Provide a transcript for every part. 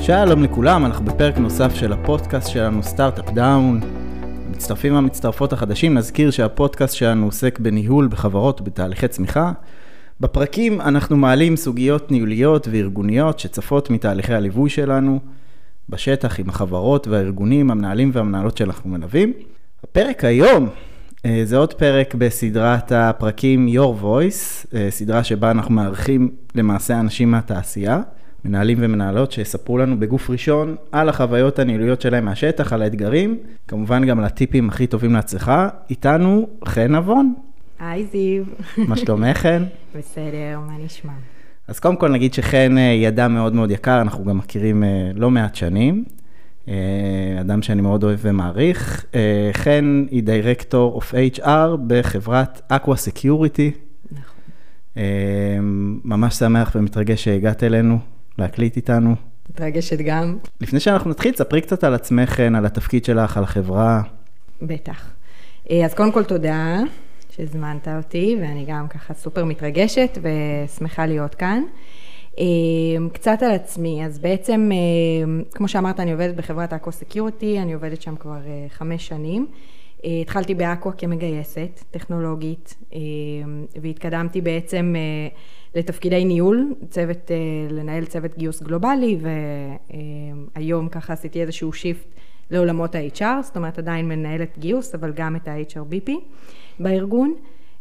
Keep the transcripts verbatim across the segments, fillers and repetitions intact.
שלום לכולם, אנחנו בפרק נוסף של הפודקאסט שלנו סטארט-אפ דאון. המצטרפים והמצטרפות החדשים, נזכיר שהפודקאסט שלנו עוסק בניהול בחברות ובתהליכי צמיחה. בפרקים אנחנו מעלים סוגיות ניהוליות וארגוניות שצפות מתהליכי הליווי שלנו בשטח עם החברות והארגונים, המנהלים והמנהלות שאנחנו מלווים. הפרק היום זה עוד פרק בסדרת הפרקים Your Voice, סדרה שבה אנחנו מארחים למעשה אנשים מהתעשייה, מנהלים ומנהלות שיספרו לנו בגוף ראשון על החוויות הניהוליות שלהם מהשטח, על האתגרים, כמובן גם על הטיפים הכי טובים להצלחה. איתנו חן אבון. היי זיו. מה שלומך חן? בסדר, מה נשמע? אז קודם כל נגיד שחן ידע מאוד מאוד יקר, אנחנו גם מכירים לא מעט שנים, אדם שאני מאוד אוהב ומעריך. חן היא דירקטור of אייץ' אר בחברת אקווה סקיוריטי. נכון. ממש שמח ומתרגש שהגעת אלינו. להקליט איתנו. מתרגשת גם. לפני שאנחנו נתחיל, ספרי קצת על עצמך, על התפקיד שלך, על החברה. בטח. אז קודם כל תודה שהזמנת אותי, ואני גם ככה סופר מתרגשת ושמחה להיות כאן. קצת על עצמי, אז בעצם, כמו שאמרת, אני עובדת בחברת אקווה סקיוריטי, אני עובדת שם כבר חמש שנים. התחלתי באקווה כמגייסת, טכנולוגית, והתקדמתי בעצם לתפקידי ניהול, צוות, לנהל צוות גיוס גלובלי, והיום ככה עשיתי איזשהו שיפט לעולמות ה-אייץ' אר, זאת אומרת עדיין מנהלת גיוס, אבל גם את ה-אייץ' אר בי פי בארגון.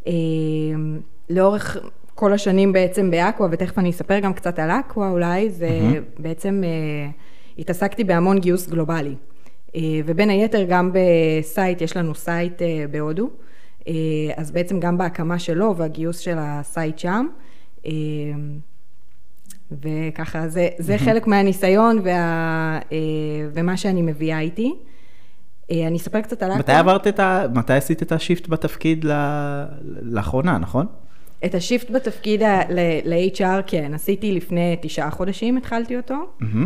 לאורך כל השנים בעצם באקווה, ותכף אני אספר גם קצת על אקווה אולי, זה mm-hmm. בעצם התעסקתי בהמון גיוס גלובלי. ובין היתר גם בסייט, יש לנו סייט בהודו, אז בעצם גם בהקמה שלו והגיוס של הסייט שם, וככה זה, זה חלק מהניסיון וה, ומה שאני מביאה איתי. אני אספר קצת על... מתי עברת את ה... מתי עשית את השיפט בתפקיד לאחרונה, נכון? את השיפט בתפקיד ל-אייץ' אר, כן, עשיתי לפני תשעה חודשים, התחלתי אותו.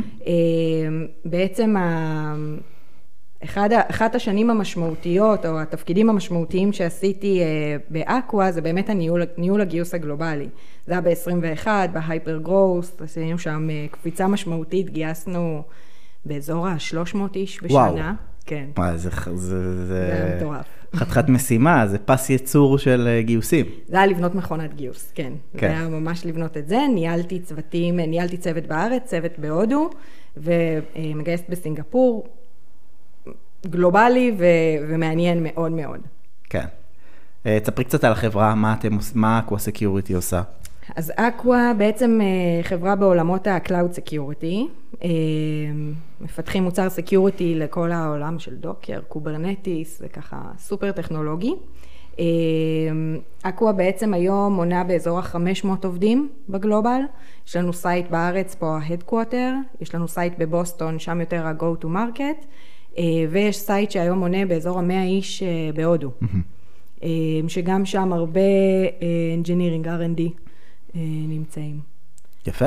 בעצם ה... אחד, אחת השנים המשמעותיות, או התפקידים המשמעותיים שעשיתי באקווה, זה באמת הניהול, ניהול הגיוס הגלובלי. זה היה ב-עשרים ואחת, בהייפר גרוס, עשינו שם קפיצה משמעותית, גייסנו באזור ה-שלוש מאות איש בשנה. וואו. כן. מה, זה, זה, זה, זה מטורף. חתיכת משימה, זה פס ייצור של גיוסים. זה היה לבנות מכונת גיוס, כן. כן. זה היה ממש לבנות את זה, ניהלתי צוותים, ניהלתי צוות בארץ, צוות בהודו, ומגייסת בסינגפור, גלובלי ו- ומעניין מאוד מאוד. כן. תספרי קצת על החברה, מה אתם, מה אקווה סקיוריטי עושה? אז אקווה בעצם חברה בעולמות ה-Cloud Security, מפתחים מוצר סקיוריטי לכל העולם של דוקר, קוברנטיס, זה ככה סופר טכנולוגי. אקווה בעצם היום מונה באזור ה-חמש מאות עובדים בגלובל, יש לנו סייט בארץ פה ה-Headquarter, יש לנו סייט בבוסטון, שם יותר ה-Go to Market, ויש סייט שהיום מונה באזור המאה איש בהודו, שגם שם הרבה engineering אר אנד די נמצאים. יפה.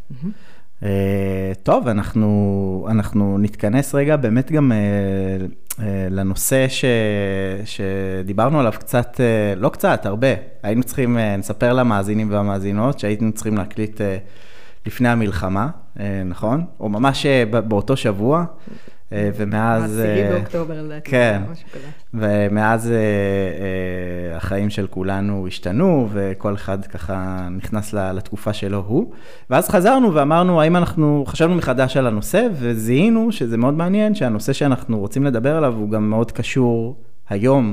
טוב, אנחנו, אנחנו נתכנס רגע באמת גם לנושא ש, שדיברנו עליו קצת, לא קצת, הרבה. היינו צריכים, נספר למאזינים והמאזינות שהיינו צריכים להקליט לפני המלחמה, נכון? או ממש באותו שבוע. ומאז... עשירי באוקטובר, לדעתי. כן, ומאז החיים של כולנו השתנו, וכל אחד ככה נכנס לתקופה שלו הוא. ואז חזרנו ואמרנו, האם אנחנו חשבנו מחדש על הנושא, וזיהינו שזה מאוד מעניין, שהנושא שאנחנו רוצים לדבר עליו, הוא גם מאוד קשור היום,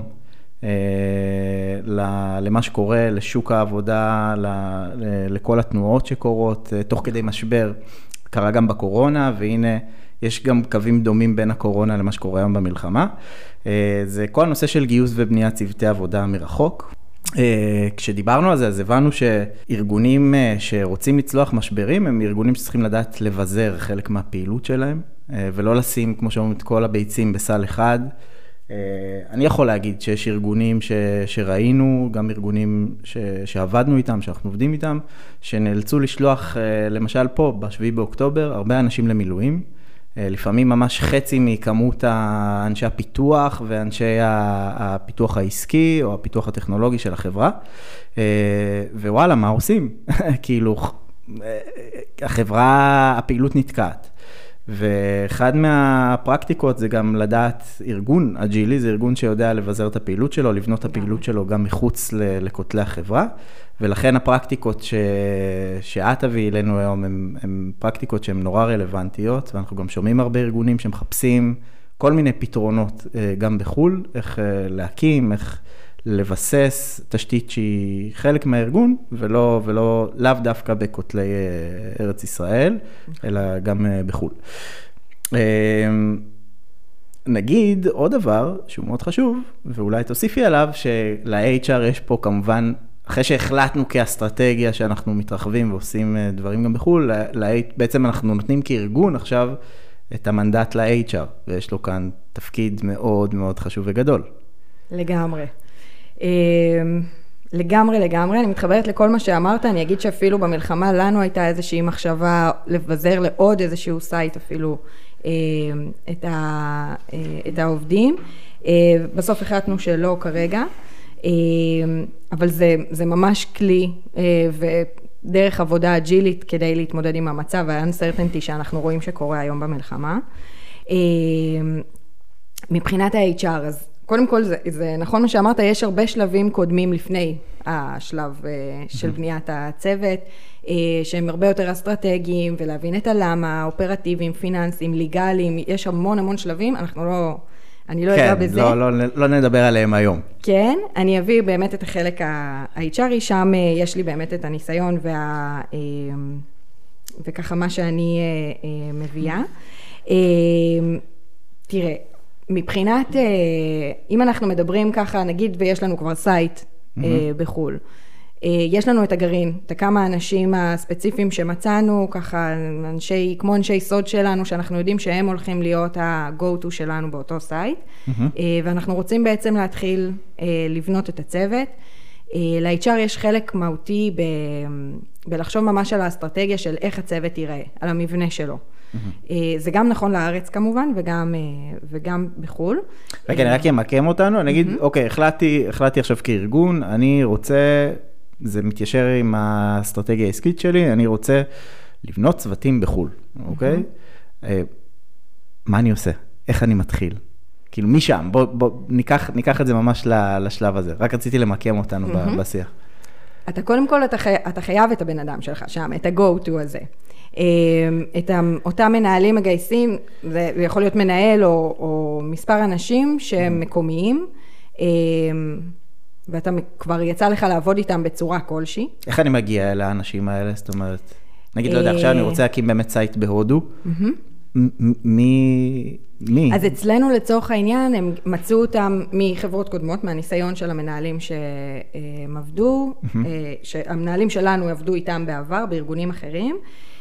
למה שקורה, לשוק העבודה, לכל התנועות שקורות, תוך כדי משבר, קרה גם בקורונה, והנה, יש גם קווים דומים בין הקורונה למה שקורה היום במלחמה. זה כל הנושא של גיוס ובניית צוותי עבודה מרחוק. כשדיברנו על זה, אז הבנו שארגונים שרוצים לצלוח משברים, הם ארגונים שצריכים לדעת לבזר חלק מהפעילות שלהם, ולא לשים, כמו שאומרים, את כל הביצים בסל אחד. אני יכול להגיד שיש ארגונים ש, שראינו, גם ארגונים ש, שעבדנו איתם, שאנחנו עובדים איתם, שנאלצו לשלוח, למשל פה, בשביעי באוקטובר, הרבה אנשים למילואים, לפעמים ממש חצי מכמות אנשי הפיתוח ואנשי הפיתוח העסקי או הפיתוח הטכנולוגי של החברה. ווואלה, מה עושים? כאילו, החברה, הפעילות נתקעת. ואחד מהפרקטיקות זה גם לדעת ארגון אג'ילי, זה ארגון שיודע לבזר את הפעילות שלו, לבנות את הפעילות שלו גם מחוץ לכותלי החברה, ולכן הפרקטיקות ש... שאת תביא אלינו היום, הן פרקטיקות שהן נורא רלוונטיות, ואנחנו גם שומעים הרבה ארגונים שמחפשים כל מיני פתרונות גם בחול, איך להקים, איך לבסס תשתית שהיא חלק מהארגון, ולא, ולא, לאו דווקא בכותלי ארץ ישראל, אלא גם בחול. נגיד עוד דבר שהוא מאוד חשוב, ואולי תוסיפי עליו, של-H R יש פה כמובן, אחרי שהחלטנו כאסטרטגיה שאנחנו מתרחבים ועושים דברים גם בחול, בעצם אנחנו נותנים כארגון עכשיו את המנדט ל-H R, ויש לו כאן תפקיד מאוד מאוד חשוב וגדול. לגמרי. לגמרי, לגמרי. אני מתחברת לכל מה שאמרת, אני אגיד שאפילו במלחמה לנו הייתה איזושהי מחשבה לבזר לעוד איזשהו סייט אפילו את, ה, את העובדים. בסוף החלטנו שלא כרגע, אבל זה, זה ממש כלי ודרך עבודה אג'ילית כדי להתמודד עם המצב וה-uncertainty שאנחנו רואים שקורה היום במלחמה. מבחינת ה-H R, אז קודם כל זה, זה נכון מה שאמרת, יש הרבה שלבים קודמים לפני השלב של בניית הצוות, שהם הרבה יותר אסטרטגיים ולהבין את הלמה, אופרטיביים, פיננסיים, ליגליים, יש המון המון שלבים, אנחנו לא, אני לא אגע בזה. כן, לא, לא, לא נדבר עליהם היום. כן, אני אביא באמת את החלק ה-H R, שם יש לי באמת את הניסיון וה, וככה מה שאני מביאה. תראה, מבחינת, אם אנחנו מדברים ככה, נגיד ויש לנו כבר סייט mm-hmm. בחול, יש לנו את הגרעין, את כמה האנשים הספציפיים שמצאנו, ככה אנשי, כמו אנשי סוד שלנו, שאנחנו יודעים שהם הולכים להיות ה-go-to שלנו באותו סייט, mm-hmm. ואנחנו רוצים בעצם להתחיל לבנות את הצוות. ל-H R יש חלק מהותי ב, בלחשוב ממש על האסטרטגיה של איך הצוות ייראה, על המבנה שלו. זה גם נכון לארץ כמובן, וגם, וגם בחול. רגע, אני רק אמקם אותנו, אני אגיד, אוקיי, החלטתי, החלטתי עכשיו כארגון, אני רוצה, זה מתיישר עם האסטרטגיה העסקית שלי, אני רוצה לבנות צוותים בחול, אוקיי? מה אני עושה? איך אני מתחיל? כאילו, משם, בוא, בוא, ניקח, ניקח את זה ממש לשלב הזה. רק רציתי למקם אותנו בשיח. אתה קודם כל, אתה, חי, אתה חייב את הבן אדם שלך שם, את ה-go-to הזה. את אותם מנהלים מגייסים, זה יכול להיות מנהל או, או מספר אנשים שהם מקומיים, ואתה כבר יצא לך לעבוד איתם בצורה כלשהי. איך אני מגיע לאנשים האלה? זאת אומרת, נגיד, לא יודע, עכשיו אני רוצה להקים באמת סייט בהודו, מי, מי? אז אצלנו לצורך העניין, הם מצאו אותם מחברות קודמות, מהניסיון של המנהלים שהם עבדו, שהמנהלים שלנו עבדו איתם בעבר, בארגונים אחרים,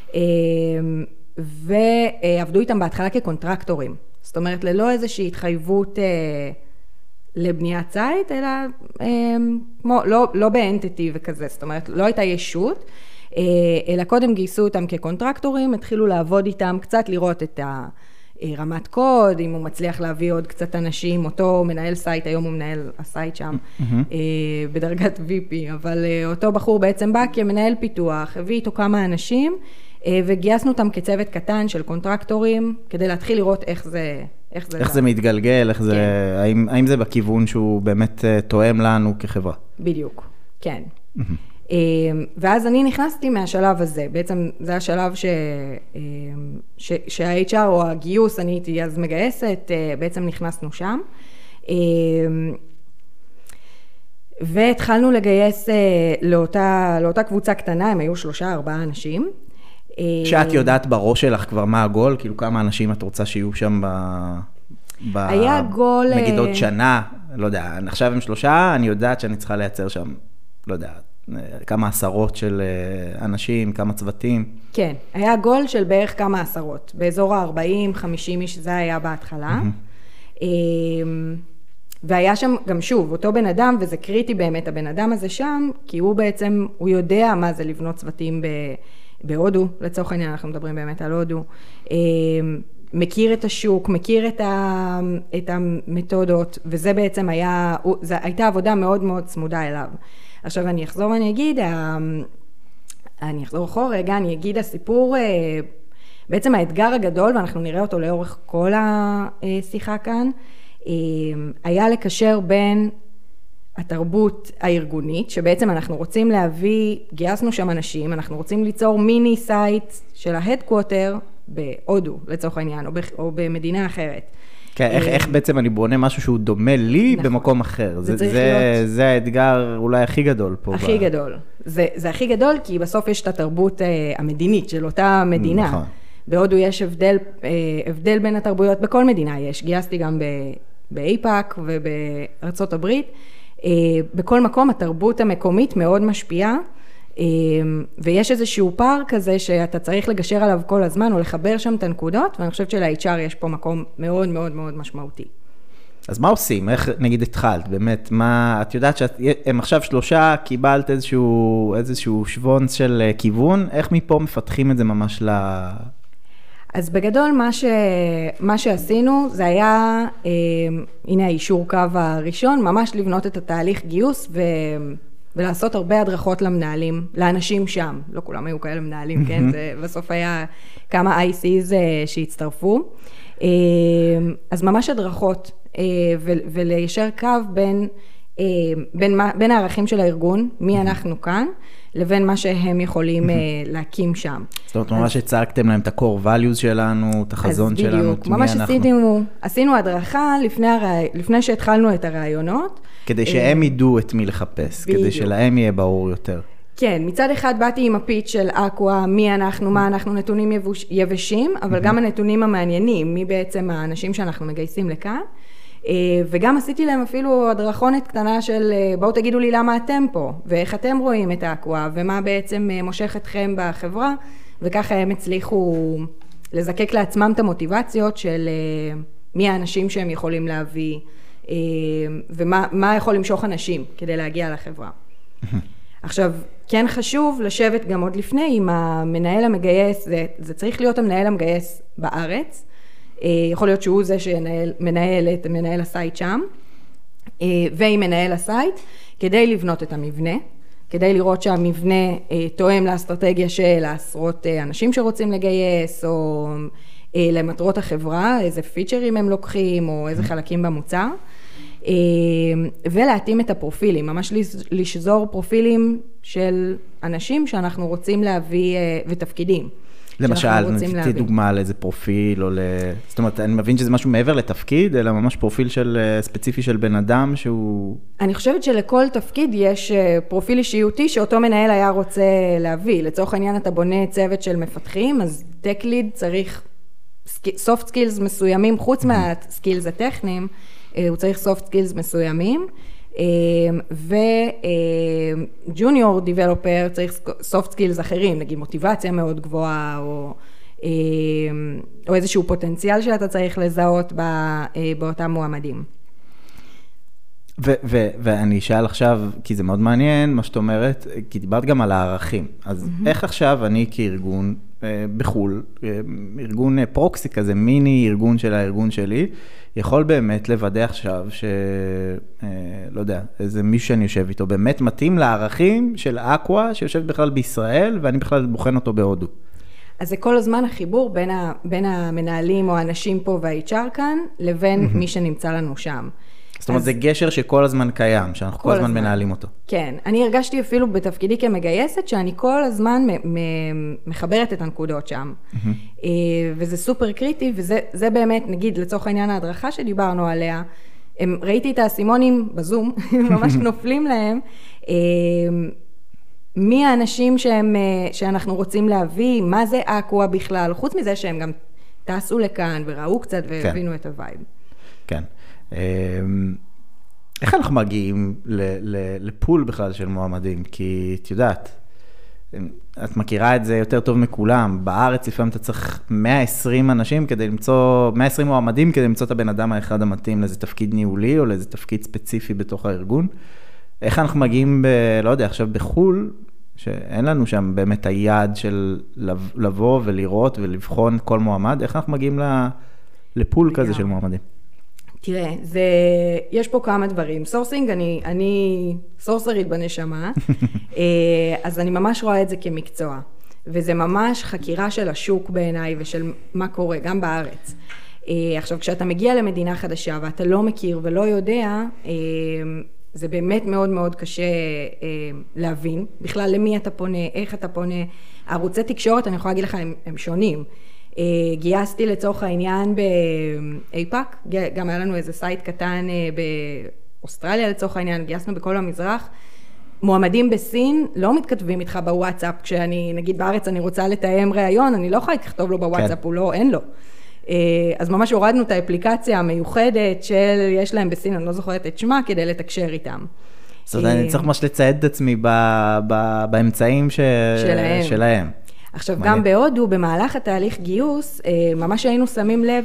ועבדו איתם בהתחלה כקונטרקטורים. זאת אומרת, ללא איזושהי התחייבות לבניית סייט, אלא כמו, לא, לא באנטיטי וכזה. זאת אומרת, לא הייתה ישות, אלא קודם גייסו אותם כקונטרקטורים, התחילו לעבוד איתם, קצת לראות את הרמת קוד, אם הוא מצליח להביא עוד קצת אנשים, אותו מנהל סייט, היום הוא מנהל הסייט שם, בדרגת וי פי, אבל אותו בחור בעצם בא כמנהל פיתוח, הביא איתו כמה אנשים, וגייסנו אותם כצוות קטן של קונטרקטורים, כדי להתחיל לראות איך זה... איך זה, איך זה מתגלגל, איך זה, האם, האם זה בכיוון שהוא באמת תואם לנו כחברה? בדיוק, כן. ואז אני נכנסתי מהשלב הזה, בעצם זה השלב ש, ש, שה-H R או הגיוס, אני הייתי אז מגייסת, בעצם נכנסנו שם. והתחלנו לגייס לאותה, לאותה קבוצה קטנה, הם היו שלושה, ארבעה אנשים. שאת יודעת בראש שלך כבר מה הגול, כאילו כמה אנשים את רוצה שיהיו שם ב... ב... היה גול... נגיד עוד שנה, לא יודע, עכשיו הם שלושה, אני יודעת שאני צריכה לייצר שם, לא יודע, כמה עשרות של אנשים, כמה צוותים. כן, היה גול של בערך כמה עשרות, באזור ה-ארבעים חמישים איש, זה היה בהתחלה. Mm-hmm. והיה שם גם שוב, אותו בן אדם, וזה קריטי באמת, הבן אדם הזה שם, כי הוא בעצם, הוא יודע מה זה לבנות צוותים ב... בהודו, לצורך העניין אנחנו מדברים באמת על הודו, מכיר את השוק, מכיר את, ה, את המתודות, וזה בעצם היה, זה הייתה עבודה מאוד מאוד צמודה אליו. עכשיו אני אחזור ואני אגיד, אני אחזור אחורה רגע, אני אגיד הסיפור בעצם האתגר הגדול, ואנחנו נראה אותו לאורך כל השיחה כאן, היה לקשר בין התרבות הארגונית, שבעצם אנחנו רוצים להביא, גייסנו שם אנשים, אנחנו רוצים ליצור מיני סייט של ההדקווטר בהודו, לצורך העניין, או, ב, או במדינה אחרת. כן, איך, איך בעצם אני בונה משהו שהוא דומה לי נכון. במקום אחר. זה, זה, זה, זה האתגר אולי הכי גדול פה. הכי ב... גדול. זה, זה הכי גדול, כי בסוף יש את התרבות אה, המדינית של אותה מדינה. נכון. בהודו יש הבדל, אה, הבדל בין התרבויות, בכל מדינה יש. גייסתי גם באיפאק ובארצות הברית. אה, בכל מקום התרבות המקומית מאוד משפיעה, אה, ויש איזשהו פער כזה שאתה צריך לגשר עליו כל הזמן, או לחבר שם את הנקודות, ואני חושבת של-אייץ' אר יש פה מקום מאוד מאוד מאוד משמעותי. אז מה עושים? איך נגיד התחלת? באמת, מה, את יודעת שהם עכשיו שלושה, קיבלת איזשהו, איזשהו שוונץ של כיוון, איך מפה מפתחים את זה ממש ל... אז בגדול מה, ש... מה שעשינו זה היה, אה, הנה האישור קו הראשון, ממש לבנות את התהליך גיוס ו... ולעשות הרבה הדרכות למנהלים, לאנשים שם, לא כולם היו כאלה מנהלים, כן? זה בסוף היה כמה איי סי'ז שהצטרפו. אז ממש הדרכות, וליישר קו בין, בין, בין הערכים של הארגון, מי אנחנו כאן, לבין מה שהם יכולים להקים שם. זאת אומרת, ממש הצגתם להם את ה-core values שלנו, את החזון שלנו, את מי אנחנו. ממש עשינו, עשינו הדרכה לפני, לפני שהתחלנו את הרעיונות. כדי שהם ידעו את מי לחפש, כדי שלהם יהיה ברור יותר. כן, מצד אחד באתי עם הפיץ של אקווה, מי אנחנו, מה אנחנו, נתונים יבשים, אבל גם הנתונים המעניינים, מי בעצם האנשים שאנחנו מגייסים לכאן. וגם עשיתי להם אפילו הדרכונת קטנה של בואו תגידו לי למה אתם פה, ואיך אתם רואים את האקווה, ומה בעצם מושך אתכם בחברה, וככה הם הצליחו לזקק לעצמם את המוטיבציות של מי האנשים שהם יכולים להביא, ומה מה יכול למשוך אנשים כדי להגיע לחברה. עכשיו, כן חשוב לשבת גם עוד לפני עם המנהל המגייס, זה, זה צריך להיות המנהל המגייס בארץ, יכול להיות שהוא זה שמנהל את מנהל הסייט שם, ועם מנהל הסייט, כדי לבנות את המבנה, כדי לראות שהמבנה תואם לאסטרטגיה של עשרות אנשים שרוצים לגייס, או למטרות החברה, איזה פיצ'רים הם לוקחים, או איזה חלקים במוצר, ולהתאים את הפרופילים, ממש לשזור פרופילים של אנשים שאנחנו רוצים להביא, ותפקידים. למשל, נתתי דוגמה על איזה פרופיל, או ל... זאת אומרת, אני מבין שזה משהו מעבר לתפקיד, אלא ממש פרופיל של, ספציפי של בן אדם שהוא... אני חושבת שלכל תפקיד יש פרופיל אישיותי שאותו מנהל היה רוצה להביא. לצורך העניין אתה בונה צוות של מפתחים, אז Tech Lead צריך soft skills מסוימים, חוץ מהסקילס הטכניים, הוא צריך soft skills מסוימים, וג'וניור דיבלופר צריך soft skills אחרים, נגיד מוטיבציה מאוד גבוהה, או, או איזשהו פוטנציאל שאתה צריך לזהות באותם מועמדים. ו- ו- ואני אשאל עכשיו, כי זה מאוד מעניין מה שאת אומרת, כי דיברת גם על הערכים. אז mm-hmm. איך עכשיו אני כארגון בחול, ארגון פרוקסי כזה, מיני ארגון של הארגון שלי, יכול באמת לוודא עכשיו ש... לא יודע, איזה מישהו שאני יושב איתו, באמת מתאים לערכים של אקווה, שיושב בכלל בישראל, ואני בכלל בוחן אותו בהודו. אז זה כל הזמן החיבור בין, ה... בין המנהלים או האנשים פה וה-אייץ' אר כאן, לבין mm-hmm. מי שנמצא לנו שם. זאת אומרת, זה גשר שכל הזמן קיים, שאנחנו כל הזמן מנהלים אותו. כן, אני הרגשתי אפילו בתפקידי כמגייסת, שאני כל הזמן מחברת את הנקודות שם. וזה סופר קריטי, וזה באמת, נגיד, לצורך העניין ההדרכה שדיברנו עליה, ראיתי את האסימונים בזום, ממש נופלים להם, מי האנשים שאנחנו רוצים להביא, מה זה אקווה בכלל, חוץ מזה שהם גם טסו לכאן וראו קצת והבינו את הווייב. כן. איך אנחנו מגיעים לפול בכלל של מועמדים? כי את יודעת, את מכירה את זה יותר טוב מכולם, בארץ לפעמים אתה צריך מאה ועשרים אנשים כדי למצוא, מאה ועשרים מועמדים כדי למצוא את הבן אדם האחד המתאים לאיזה תפקיד ניהולי או לאיזה תפקיד ספציפי בתוך הארגון. איך אנחנו מגיעים, ב, לא יודע, עכשיו בחול, שאין לנו שם באמת היעד של לבוא ולראות ולבחון כל מועמד, איך אנחנו מגיעים לפול כזה של מועמדים? תראה, זה, יש פה כמה דברים. סורסינג, אני, אני סורסרית בנשמה, אז אני ממש רואה את זה כמקצוע. וזה ממש חקירה של השוק בעיניי ושל מה קורה, גם בארץ. עכשיו, כשאתה מגיע למדינה חדשה ואתה לא מכיר ולא יודע, זה באמת מאוד מאוד קשה להבין, בכלל למי אתה פונה, איך אתה פונה. ערוצי תקשורת, אני יכולה להגיד לך, הם, הם שונים. גייסתי לצורך העניין באיפאק, גם היה לנו איזה סייט קטן באוסטרליה לצורך העניין, גייסנו בכל המזרח. מועמדים בסין לא מתכתבים איתך בוואטסאפ, כשאני, נגיד בארץ אני רוצה לתאם ראיון, אני לא יכולה לכתוב לו בוואטסאפ, כן. הוא לא, אין לו. אז ממש הורדנו את האפליקציה המיוחדת של, יש להם בסין, אני לא זוכרת את שמה, כדי לתקשר איתם. זאת אומרת, אני צריך ממש לצייד את עצמי באמצעים שלהם. שלהם. עכשיו, גם בהודו, במהלך התהליך גיוס, ממש היינו שמים לב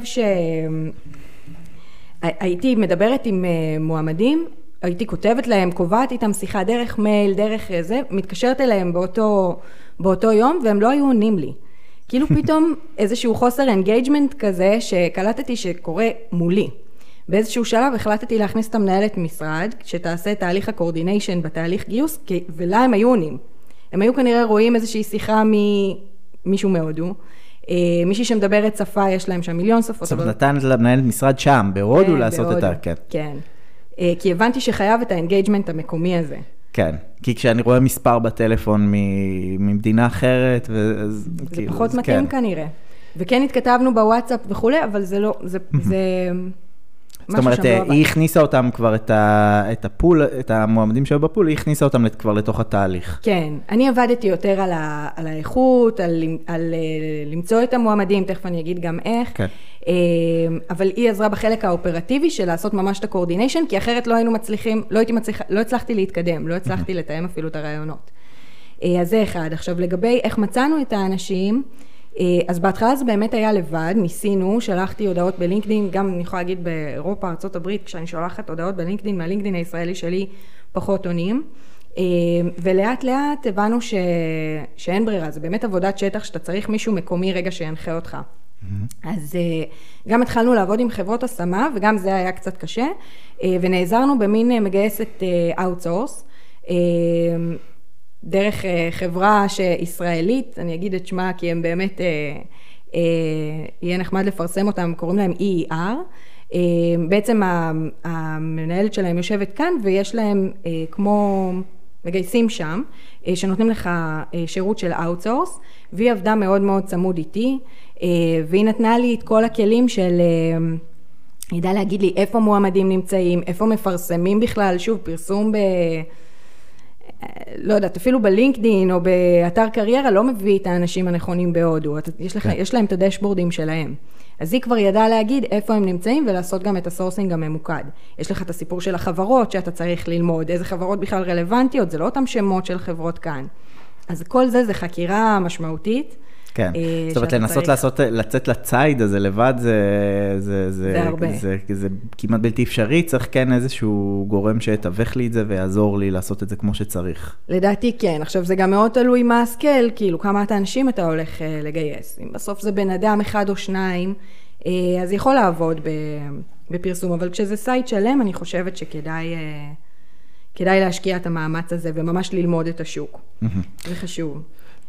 שהייתי מדברת עם מועמדים, הייתי כותבת להם, קובעת איתם שיחה דרך מייל, דרך זה, מתקשרת אליהם באותו, באותו יום, והם לא היו עונים לי. כאילו פתאום איזשהו חוסר אנגייג'מנט כזה, שקלטתי שקורה מולי. באיזשהו שלב החלטתי להכניס את המנהלת משרד, שתעשה תהליך הקורדיניישן בתהליך גיוס, ולה הם היו עונים. הם היו כנראה רואים איזושהי שיחה ממישהו מהודו, מישהי שמדברת שפה, יש להם שם מיליון שפות. זאת אומרת, נתן למנהלת משרד שם, בהודו לעשות את ה... כן. כן. כי הבנתי שחייב את האנגייג'מנט המקומי הזה. כן, כי כשאני רואה מספר בטלפון ממדינה אחרת, זה פחות מתאים כנראה. וכן התכתבנו בוואטסאפ וכו', אבל זה לא, זה... זאת אומרת, היא הכניסה אותם כבר את הפול, את המועמדים שהיו בפול, היא הכניסה אותם כבר לתוך התהליך. כן, אני עבדתי יותר על האיכות, על למצוא את המועמדים, תכף אני אגיד גם איך, אבל היא עזרה בחלק האופרטיבי של לעשות ממש את הקורדיניישן, כי אחרת לא היינו מצליחים, לא הייתי מצליחה, לא הצלחתי להתקדם, לא הצלחתי לתאם אפילו את הרעיונות. אז זה אחד. עכשיו, לגבי איך מצאנו את האנשים, אז בהתחלה זה באמת היה לבד, ניסינו, שלחתי הודעות בלינקדין, גם אני יכולה להגיד באירופה, ארצות הברית, כשאני שולחת הודעות בלינקדין, מהלינקדין הישראלי שלי פחות עונים, ולאט לאט הבנו ש... שאין ברירה, זה באמת עבודת שטח שאתה צריך מישהו מקומי רגע שינחה אותך. אז גם התחלנו לעבוד עם חברות השמה, וגם זה היה קצת קשה, ונעזרנו במין מגייסת אאוטסורס, דרך חברה שישראלית, אני אגיד את שמה כי הם באמת, יהיה נחמד לפרסם אותם, קוראים להם אי אי אר, בעצם המנהלת שלהם יושבת כאן, ויש להם כמו מגייסים שם, שנותנים לך שירות של אאוטסורס, והיא עבדה מאוד מאוד צמוד איתי, והיא נתנה לי את כל הכלים של, היא ידעה להגיד לי איפה מועמדים נמצאים, איפה מפרסמים בכלל, שוב פרסום ב... לא יודעת, אפילו בלינקדין או באתר קריירה לא מביא את האנשים הנכונים בהודו, יש, לך, יש להם את הדשבורדים שלהם. אז היא כבר ידעה להגיד איפה הם נמצאים ולעשות גם את הסורסינג הממוקד. יש לך את הסיפור של החברות שאתה צריך ללמוד, איזה חברות בכלל רלוונטיות, זה לא אותם שמות של חברות כאן. אז כל זה זה חקירה משמעותית. כן, זאת אומרת, לנסות לעשות, לצאת לצייד הזה לבד, זה, זה, זה, זה הרבה. זה, זה, זה כמעט בלתי אפשרי, צריך כן איזשהו גורם שיתווך לי את זה ויעזור לי לעשות את זה כמו שצריך. לדעתי כן, עכשיו זה גם מאוד תלוי מה הסקל, כאילו כמה את האנשים אתה הולך לגייס, אם בסוף זה בן אדם אחד או שניים, אז יכול לעבוד בפרסום, אבל כשזה סייט שלם, אני חושבת שכדאי כדאי להשקיע את המאמץ הזה וממש ללמוד את השוק. זה חשוב.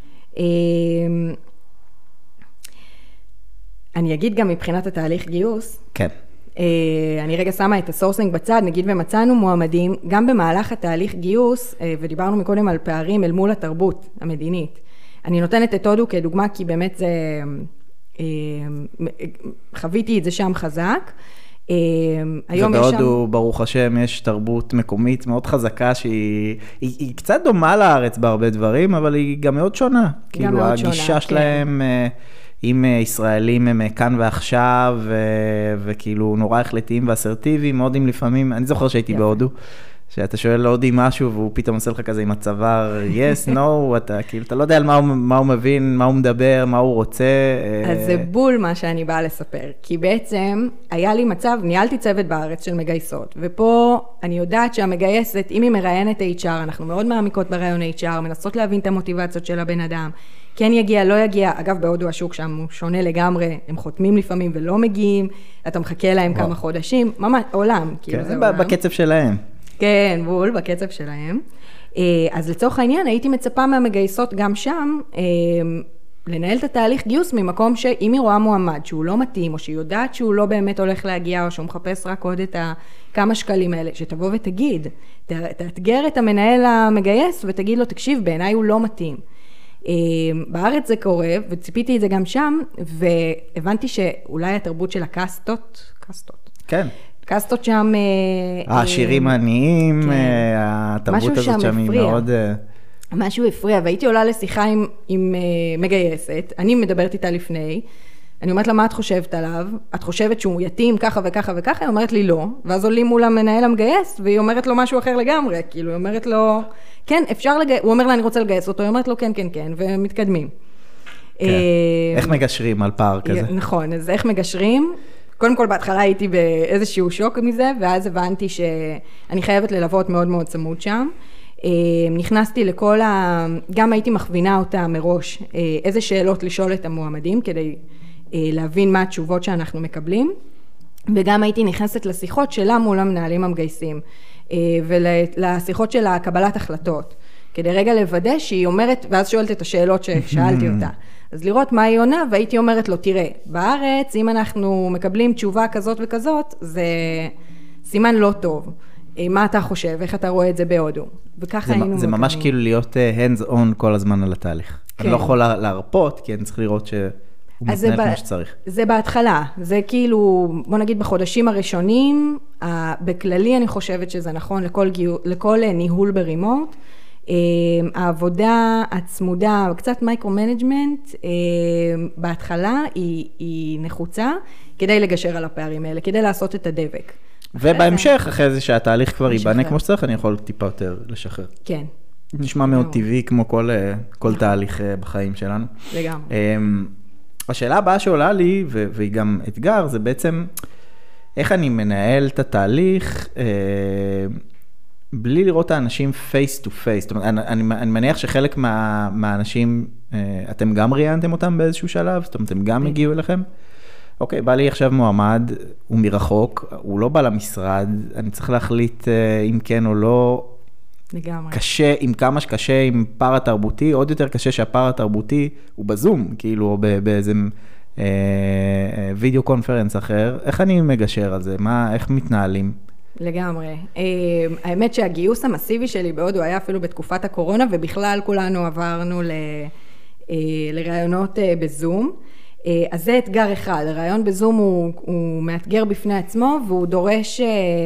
אני אגיד גם מבחינת התהליך גיוס. כן. אני רגע שמה את הסורסינג בצד, נגיד ומצאנו מועמדים, גם במהלך התהליך גיוס, ודיברנו מקודם על פערים אל מול התרבות המדינית. אני נותנת את הודו כדוגמה, כי באמת זה, חוויתי את זה שם חזק. ובהודו, ברוך השם, יש תרבות מקומית מאוד חזקה, שהיא היא, היא קצת דומה לארץ בהרבה דברים, אבל היא גם מאוד שונה. גם כאילו, מאוד הגישה שונה, שלהם, כן. עם ישראלים הם כאן ועכשיו, ו- וכאילו נורא החלטיים ואסרטיביים, מאוד עם לפעמים, אני זוכר שהייתי יפה. בהודו, שאתה שואל להודי משהו, והוא פתאום עושה לך כזה עם הצוואר, yes, no, אתה כאילו, אתה לא יודע על מה הוא, מה הוא מבין, מה הוא מדבר, מה הוא רוצה. אז זה בול מה שאני באה לספר, כי בעצם היה לי מצב, ניהלתי צוות בארץ של מגייסות, ופה אני יודעת שהמגייסת, אם היא מראיינת אייץ' אר, אנחנו מאוד מעמיקות ברעיון אייץ' אר, מנסות להבין את המוטיבציות של הבן אדם, כן יגיע, לא יגיע, אגב בהודו השוק שם הוא שונה לגמרי, הם חותמים לפעמים ולא מגיעים, אתה מחכה להם כמה חודשים, ממש עולם, כאילו זה עולם. בקצב שלהם. כן, בול, בקצב שלהם. אז לצורך העניין, הייתי מצפה מהמגייסות גם שם, לנהל את התהליך גיוס ממקום שאם היא רואה מועמד שהוא לא מתאים, או שהיא יודעת שהוא לא באמת הולך להגיע, או שהוא מחפש רק עוד את כמה שקלים האלה, שתבוא ותגיד, תאתגר את המנהל המגייס ותגיד לו, תקשיב, בעיניי הוא לא מתאים. בארץ זה קורה, וציפיתי את זה גם שם, והבנתי שאולי התרבות של הקסטות, קסטות. כן. קסטות שם... העשירים העניים, התרבות הזאת שם היא מאוד... משהו הפריע, והייתי עולה לשיחה עם, עם uh, מגייסת, אני מדברת איתה לפני, אני אומרת לה, מה את חושבת עליו? את חושבת שהוא יתאים ככה וככה וככה? היא אומרת לי לא, ואז עולים מול המנהל המגייס, והיא אומרת לו משהו אחר לגמרי, כאילו, היא אומרת לו, כן, אפשר לגייס, הוא אומר לה, אני רוצה לגייס אותו, היא אומרת לו, כן, כן, כן, ומתקדמים. כן. איך מגשרים על פער כזה? נכון, אז איך מגשרים? קודם כל, בהתחלה הייתי באיזשהו שוק מזה, ואז הבנתי שאני חייבת ללוות מאוד מאוד צמוד שם. נכנסתי לכל ה... גם הייתי מכווינה אותה מראש, איזה שאלות לשאול את המועמדים, כדי להבין מה התשובות שאנחנו מקבלים, וגם הייתי נכנסת לשיחות שלה מול המנהלים המגייסים, ולשיחות של הקבלת החלטות, כדי רגע לוודא שהיא אומרת, ואז שואלת את השאלות ששאלתי אותה. אז לראות מה היא עונה, והייתי אומרת לו, תראה, בארץ, אם אנחנו מקבלים תשובה כזאת וכזאת, זה סימן לא טוב. מה אתה חושב, איך אתה רואה את זה בהודו? וככה היינו... זה ממש כאילו להיות hands on כל הזמן על התהליך. אני לא יכול להרפות, כי אני צריך לראות שהוא מתנהל כמו שצריך. זה בהתחלה, זה כאילו, בוא נגיד בחודשים הראשונים, בכללי אני חושבת שזה נכון לכל ניהול ברימוט, העבודה הצמודה, קצת מייקרו-מנג'מנט, בהתחלה היא נחוצה, כדי לגשר על הפערים האלה, כדי לעשות את הדבק. ובהמשך, אחרי זה שהתהליך כבר ייבנה כמו שצריך, אני יכול טיפה יותר לשחרר. כן. נשמע מאוד טבעי, כמו כל תהליך בחיים שלנו. לגמרי. השאלה הבאה שעולה לי, והיא גם אתגר, זה בעצם, איך אני מנהל את התהליך, בלי לראות את האנשים face to face. זאת אומרת, אני מניח שחלק מהאנשים, אתם גם ראיינתם אותם באיזשהו שלב? זאת אומרת, הם גם הגיעו אליכם? אוקיי, בא לי עכשיו מועמד, הוא מרחוק, הוא לא בא למשרד, אני צריך להחליט אם כן או לא. לגמרי. קשה, עם כמה שקשה, עם פער התרבותי, עוד יותר קשה שהפער התרבותי הוא בזום, כאילו, או באיזה אה, וידאו קונפרנס אחר. איך אני מגשר על זה? מה, איך מתנהלים? לגמרי. האמת שהגיוס המסיבי שלי בהודו היה אפילו בתקופת הקורונה, ובכלל כולנו עברנו ל, לרעיונות בזום. אז זה אתגר אחד, הרעיון בזום הוא, הוא מאתגר בפני עצמו, והוא דורש,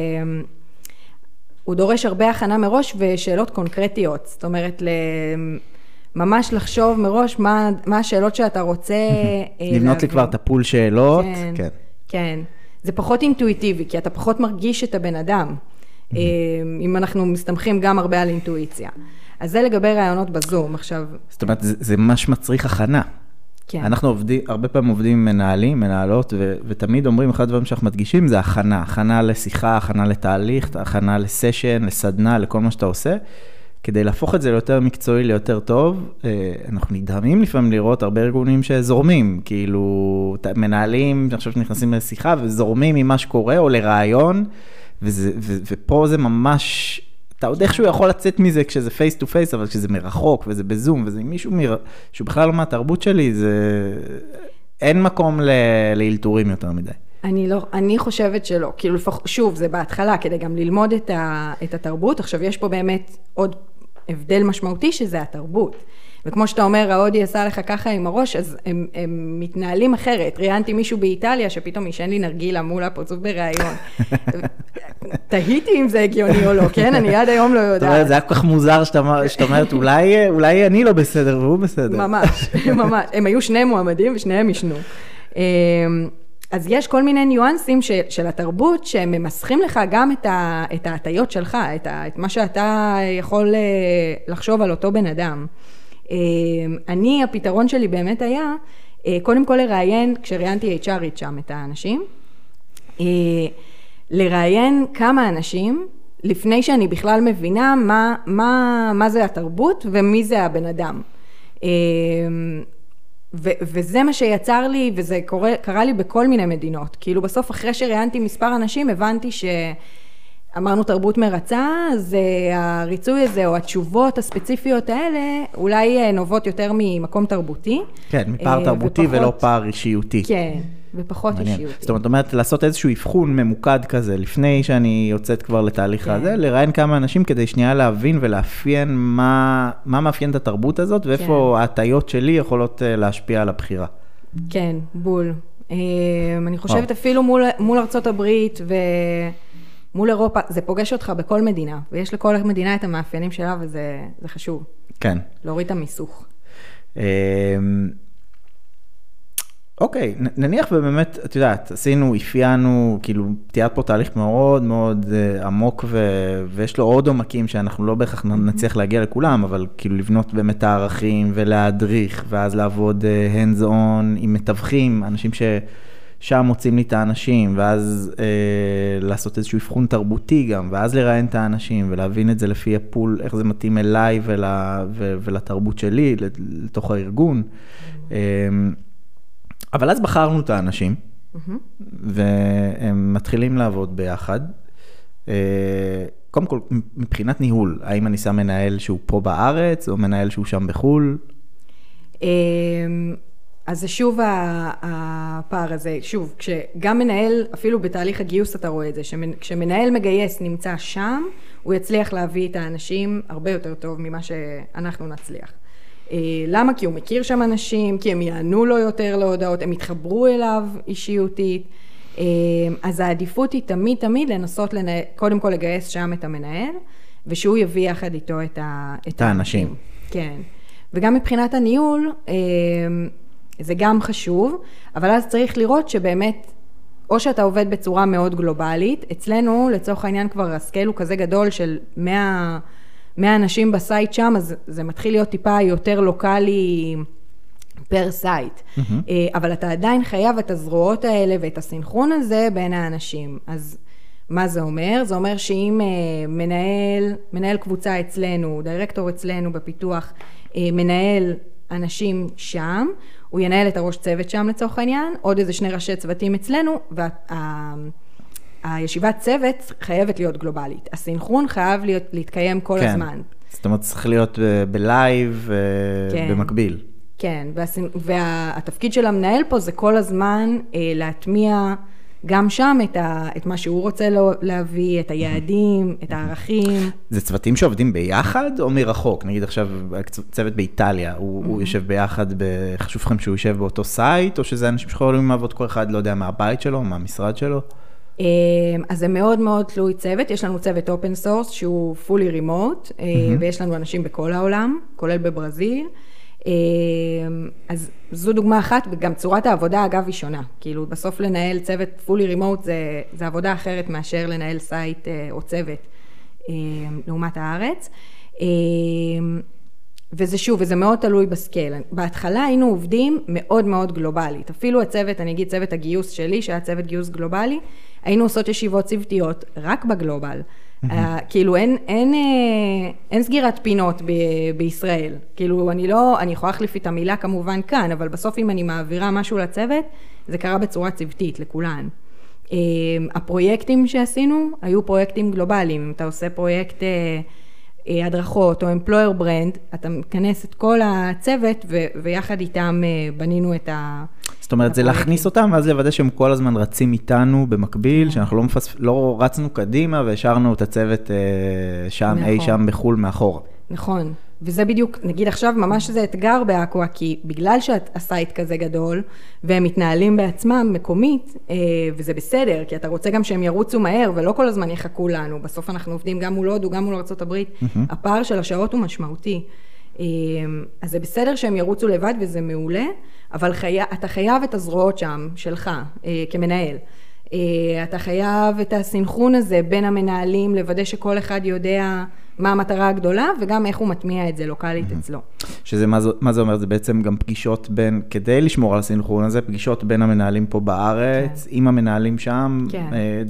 הוא דורש הרבה הכנה מראש ושאלות קונקרטיות, זאת אומרת, ממש לחשוב מראש מה, מה השאלות שאתה רוצה לבנות לי כבר את הפול שאלות. כן, כן. כן. זה פחות אינטואיטיבי, כי אתה פחות מרגיש את הבן אדם, אם אנחנו מסתמכים גם הרבה על אינטואיציה. אז זה לגבי רעיונות בזום, עכשיו... זאת אומרת, זה, זה ממש מצריך הכנה. כן. אנחנו עובדים, הרבה פעמים עובדים עם מנהלים, מנהלות, ו, ותמיד אומרים, אחד הדברים שאנחנו מדגישים, זה הכנה, הכנה לשיחה, הכנה לתהליך, הכנה לסשן, לסדנה, לכל מה שאתה עושה, כדי להפוך את זה ליותר מקצועי, ליותר טוב. אנחנו נדהמים לפעמים לראות הרבה ארגונים שזורמים, כאילו, מנהלים, אני חושב שנכנסים לשיחה, וזורמים ממה שקורה, או לרעיון, וזה, ו, ופה זה ממש... אתה עוד איכשהו יכול לצאת מזה כשזה face to face, אבל כשזה מרחוק וזה בזום, וזה מישהו מר... שהוא בכלל לא מהתרבות שלי, זה... אין מקום ל... לאלתורים יותר מדי. אני לא, אני חושבת שלא. כאילו, שוב, זה בהתחלה, כדי גם ללמוד את, ה... את התרבות. עכשיו, יש פה באמת עוד הבדל משמעותי שזה התרבות. וכמו שאתה אומר, ההודי עשה לך ככה עם הראש, אז הם, הם מתנהלים אחרת. ראיינתי מישהו באיטליה שפתאום ישן לי נרגילה מול הפרצוף בראיון. תהיתי אם זה הגיוני או לא, כן? אני עד היום לא יודעת. זאת אומרת, זה היה כל כך מוזר שאתה אומרת, אולי, אולי אני לא בסדר והוא בסדר. ממש, ממש. הם היו שני מועמדים ושניהם ישנו. אז יש כל מיני ניואנסים של, של התרבות שהם ממסכים לך גם את, ה, את ההטיות שלך, את, ה, את מה שאתה יכול לחשוב על אותו בן אדם. אני, הפתרון שלי באמת היה, קודם כל לראיין, כשראיינתי אייץ' ארית שם את האנשים, לראיין כמה אנשים, לפני שאני בכלל מבינה מה, מה, מה זה התרבות ומי זה הבן אדם. ו- וזה מה שיצר לי, וזה קורה, קרה לי בכל מיני מדינות. כאילו בסוף אחרי שראיינתי מספר אנשים, הבנתי אמרנו תרבות מרצה, אז הריצוי הזה, או התשובות הספציפיות האלה, אולי נובעות יותר ממקום תרבותי. כן, מפער תרבותי ופחות, ולא פער אישיותי. כן, ופחות מעניין. אישיותי. זאת אומרת, לעשות איזשהו אבחון ממוקד כזה, לפני שאני יוצאת כבר לתהליך כן. הזה, לראיין כמה אנשים כדי שנייה להבין ולאפיין מה, מה מאפיין את התרבות הזאת, ואיפה כן. ההטיות שלי יכולות להשפיע על הבחירה. כן, בול. אני חושבת אפילו מול, מול ארצות הברית ו... מול אירופה, זה פוגש אותך בכל מדינה, ויש לכל מדינה את המאפיינים שלה, וזה זה חשוב. כן. להוריד את המיסוך. אוקיי, נניח ובאמת, את יודעת, עשינו, אפיינו, כאילו, תיארת פה תהליך מאוד מאוד עמוק, ויש לו עוד עומקים שאנחנו לא בהכרח נצליח להגיע לכולם, אבל כאילו לבנות באמת הערכים ולהדריך, ואז לעבוד hands on עם מתווכים, אנשים ש... שם מוצאים לי את האנשים, ואז אה, לעשות איזשהו אבחון תרבותי גם, ואז לראיין את האנשים, ולהבין את זה לפי הפול, איך זה מתאים אליי ול, ו, ולתרבות שלי, לתוך הארגון. אה, אבל אז בחרנו את האנשים, והם מתחילים לעבוד ביחד. אה, קודם כל, מבחינת ניהול, האם אני שם מנהל שהוא פה בארץ, או מנהל שהוא שם בחול? אה... אז זה שוב הפער הזה, שוב, כשגם מנהל, אפילו בתהליך הגיוס אתה רואה את זה, כשמנהל מגייס נמצא שם, הוא יצליח להביא את האנשים הרבה יותר טוב ממה שאנחנו נצליח. למה? כי הוא מכיר שם אנשים, כי הם יענו לו יותר להודעות, הם יתחברו אליו אישיותית, אז העדיפות היא תמיד תמיד לנסות לנהל, קודם כל לגייס שם את המנהל, ושהוא יביא יחד איתו את, ה, את האנשים. כן. וגם מבחינת הניהול, זה גם חשוב, אבל אז צריך לראות שבאמת, או שאתה עובד בצורה מאוד גלובלית, אצלנו לצורך העניין כבר הסקייל הוא כזה גדול של מאה אנשים בסייט שם, אז זה מתחיל להיות טיפה יותר לוקלי פר סייט. Mm-hmm. אבל אתה עדיין חייב את הזרועות האלה ואת הסינכרון הזה בין האנשים. אז מה זה אומר? זה אומר שאם מנהל, מנהל קבוצה אצלנו, דירקטור אצלנו בפיתוח, מנהל אנשים שם, הוא ינהל את הראש צוות שם לצורך העניין, עוד איזה שני ראשי צוותים אצלנו, והישיבת צוות חייבת להיות גלובלית. הסינכרון חייב להיות, להתקיים כל כן. הזמן. זאת אומרת, צריך להיות בלייב, כן. במקביל. כן, והתפקיד של המנהל פה זה כל הזמן להטמיע גם שם את, ה, את מה שהוא רוצה להביא, את היעדים, את הערכים. זה צוותים שעובדים ביחד או מרחוק? נגיד עכשיו צוות באיטליה, הוא, הוא יושב ביחד, חשוב לכם שהוא יושב באותו סייט, או שזה אנשים שיכולים לעבוד כל אחד, לא יודע, מהבית שלו, מהמשרד שלו? אז זה מאוד מאוד תלוי צוות, יש לנו צוות אופן סורס שהוא fully remote, ויש לנו אנשים בכל העולם, כולל בברזיל, אז זו דוגמה אחת, וגם צורת העבודה אגב היא שונה, כאילו בסוף לנהל צוות fully remote זה, זה עבודה אחרת מאשר לנהל סייט או צוות לעומת הארץ, וזה שוב, וזה מאוד תלוי בסקייל. בהתחלה היינו עובדים מאוד מאוד גלובלית, אפילו הצוות, אני אגיד צוות הגיוס שלי, שהיה צוות גיוס גלובלי, היינו עושות ישיבות צוותיות רק בגלובל, Uh, כאילו אין, אין, אין סגירת פינות ב, בישראל, כאילו אני לא, אני יכולה להחליף את המילה כמובן כאן, אבל בסוף אם אני מעבירה משהו לצוות, זה קרה בצורה צוותית לכולן. Uh, הפרויקטים שעשינו היו פרויקטים גלובליים, אם אתה עושה פרויקט uh, uh, הדרכות או employer brand, אתה מכנס את כל הצוות ו, ויחד איתם uh, בנינו את ה... זאת אומרת, זה להכניס אותם, ואז לוודא שהם כל הזמן רצים איתנו במקביל, שאנחנו לא, מפס... לא רצנו קדימה, והשארנו את הצוות שם, אי שם בחול מאחורה. נכון, וזה בדיוק, נגיד עכשיו ממש זה אתגר באקווה, כי בגלל שהסייט כזה גדול, והם מתנהלים בעצמם מקומית, וזה בסדר, כי אתה רוצה גם שהם ירוצו מהר, ולא כל הזמן יחכו לנו, בסוף אנחנו עובדים גם מול הודו, גם מול ארצות הברית, הפער של השעות הוא משמעותי. אז זה בסדר שהם ירוצו לבד וזה מעולה, אבל חי... אתה חייב את הזרועות שם שלך כמנהל. אתה חייב את הסינכרון הזה בין המנהלים, לוודא שכל אחד יודע מה המטרה הגדולה, וגם איך הוא מטמיע את זה לוקלית אצלו. שזה, מה זה, מה זה אומר? זה בעצם גם פגישות בין, כדי לשמור על הסינכרון הזה, פגישות בין המנהלים פה בארץ, כן. עם המנהלים שם, כן.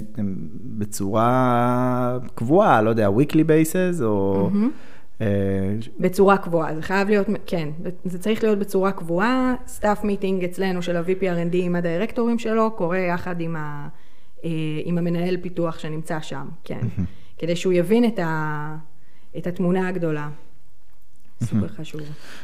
בצורה קבועה, לא יודע, weekly basis, או... בצורה קבועה, זה חייב להיות, כן, זה צריך להיות בצורה קבועה, סטאפ מיטינג אצלנו של ה-וי פי אר אנד די עם הדירקטורים שלו, קורה יחד עם, ה, עם המנהל פיתוח שנמצא שם, כן. כדי שהוא יבין את, ה, את התמונה הגדולה. סופר חשוב.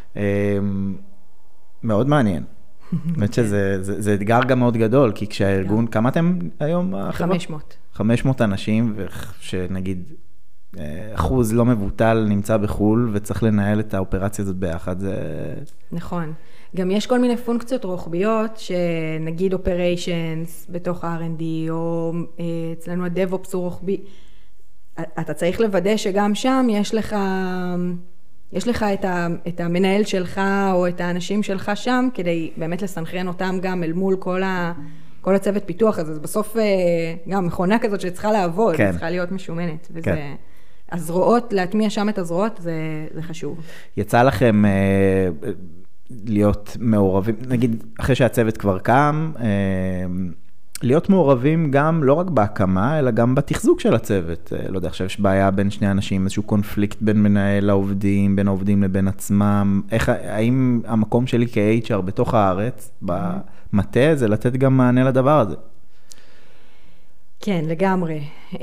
מאוד מעניין. באמת שזה זה, זה אתגר גם מאוד גדול, כי כשהארגון, כמה אתם היום? חמש מאות. חמש מאות אנשים, ושנגיד אחוז לא מבוטל נמצא בחול, וצריך לנהל את האופרציה הזאת ביחד. זה... נכון. גם יש כל מיני פונקציות רוחביות, שנגיד operations בתוך ה-אר אנד די, או אצלנו ה-DevOps הוא רוחבי. אתה צריך לוודא שגם שם יש לך, יש לך את, ה, את המנהל שלך, או את האנשים שלך שם, כדי באמת לסנכרן אותם גם אל מול כל, ה, כל הצוות פיתוח הזה. אז בסוף גם מכונה כזאת שצריכה לעבוד, כן. צריכה להיות משומנת. וזה... כן. הזרועות, להטמיע שם את הזרועות, זה, זה חשוב. יצא לכם אה, להיות מעורבים, נגיד, אחרי שהצוות כבר קם, אה, להיות מעורבים גם, לא רק בהקמה, אלא גם בתחזוק של הצוות. אה, לא יודע, עכשיו יש בעיה בין שני אנשים, איזשהו קונפליקט בין מנהל לעובדים, בין העובדים לבין עצמם. איך, האם המקום שלי כ-אייץ' אר בתוך הארץ, במטה, זה לתת גם מענה לדבר הזה? כן, לגמרי. אה...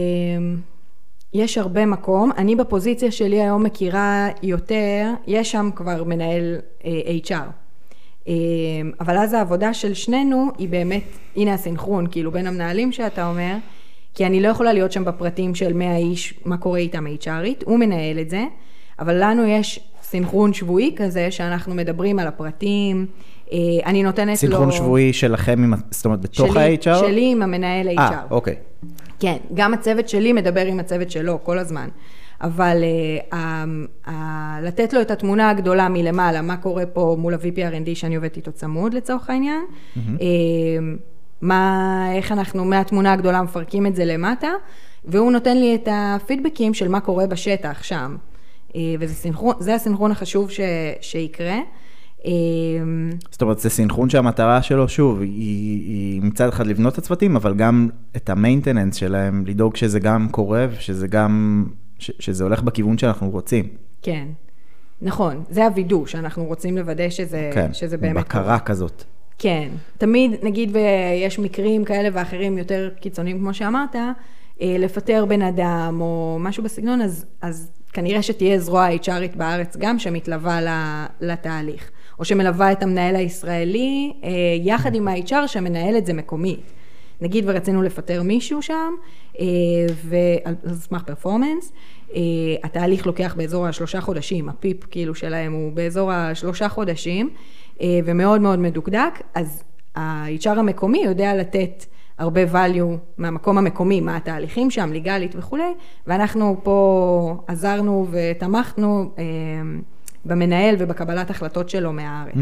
יש הרבה מקום, אני בפוזיציה שלי היום מכירה יותר, יש שם כבר מנהל אייץ' אר, אבל אז העבודה של שנינו היא באמת, הנה הסינכרון, כאילו בין המנהלים שאתה אומר, כי אני לא יכולה להיות שם בפרטים של מאה איש, מה קורה איתם אייץ' ארית, הוא מנהל את זה, אבל לנו יש סינכרון שבועי כזה, שאנחנו מדברים על הפרטים, אני נותנת סינכרון לו... סינכרון שבועי שלכם, זאת אומרת, בתוך ה-אייץ' אר? שלי עם המנהל אייץ' אר. אה, אוקיי. כן, גם הצוות שלי מדבר עם הצוות שלו כל הזמן, אבל uh, uh, uh, לתת לו את התמונה הגדולה מלמעלה, מה קורה פה מול ה-וי פי אר אנד די שאני עובדת איתו צמוד לצורך העניין, mm-hmm. uh, מה, איך אנחנו מהתמונה הגדולה מפרקים את זה למטה, והוא נותן לי את הפידבקים של מה קורה בשטח שם, uh, וזה סינכרון, זה הסינכרון החשוב ש, שיקרה, זאת אומרת, זה סינכרון שהמטרה שלו, שוב, היא, היא מצד אחד לבנות את הצוותים, אבל גם את המיינטננס שלהם, לדאוג שזה גם קורה, שזה גם, ש, שזה הולך בכיוון שאנחנו רוצים. כן, נכון, זה הוידוא שאנחנו רוצים לוודא שזה, כן, שזה באמת קורה. בקרה כזאת. כן, תמיד, נגיד, ויש מקרים כאלה ואחרים יותר קיצוניים, כמו שאמרת, לפטר בן אדם או משהו בסגנון, אז, אז כנראה שתהיה זרוע אייץ' ארית בארץ גם שמתלווה לתהליך. או שמלווה את המנהל הישראלי, יחד עם ה-אייץ' אר שמנהל את זה מקומית. נגיד ורצינו לפטר מישהו שם, ועל סמך פרפורמנס, התהליך לוקח באזור השלושה חודשים, הפיפ כאילו שלהם הוא באזור השלושה חודשים, ומאוד מאוד מדוקדק, אז ה-אייץ' אר המקומי יודע לתת הרבה value מהמקום המקומי, מה התהליכים שם, ליגלית וכו', ואנחנו פה עזרנו ותמכנו, במנהל ובקבלת החלטות שלו מהארץ.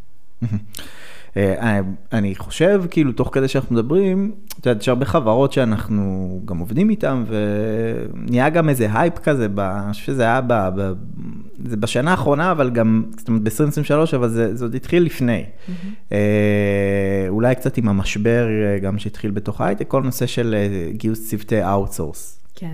אני חושב, כאילו, תוך כדי שאנחנו מדברים, את יודעת, יש הרבה חברות שאנחנו גם עובדים איתם, ונהיה גם איזה הייפ כזה, אני חושב שזה היה זה בשנה האחרונה, אבל גם, זאת אומרת, ב-עשרים עשרים ושלוש, אבל זה עוד התחיל לפני. אולי קצת עם המשבר, גם שהתחיל בתוך הייטק, כל נושא של גיוס צוותי אאוטסורס. כן.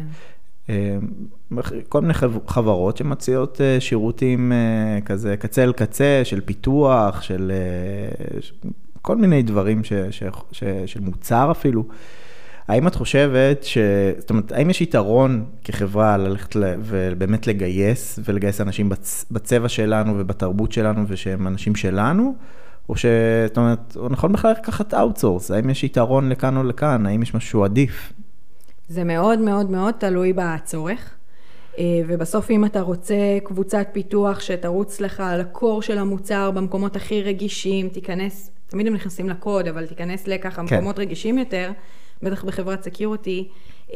כל מיני חברות שמציעות שירותים כזה קצה אל קצה, של פיתוח, של כל מיני דברים ש, ש, ש, של מוצר אפילו. האם את חושבת ש... זאת אומרת, האם יש יתרון כחברה ללכת ובאמת לגייס, ולגייס אנשים בצבע שלנו ובתרבות שלנו ושהם אנשים שלנו? או ש... זאת אומרת, או נכון בכלל לקחת אאוטסורס? האם יש יתרון לכאן או לכאן? האם יש משהו עדיף? זה מאוד מאוד מאוד תלוי בצורך, ובסוף אם אתה רוצה קבוצת פיתוח שתרוץ לך על הקור של המוצר במקומות הכי רגישים, תיכנס, תמיד הם נכנסים לקוד, אבל תיכנס לככה כן. מקומות רגישים יותר, בטח בחברת סקיוריטי,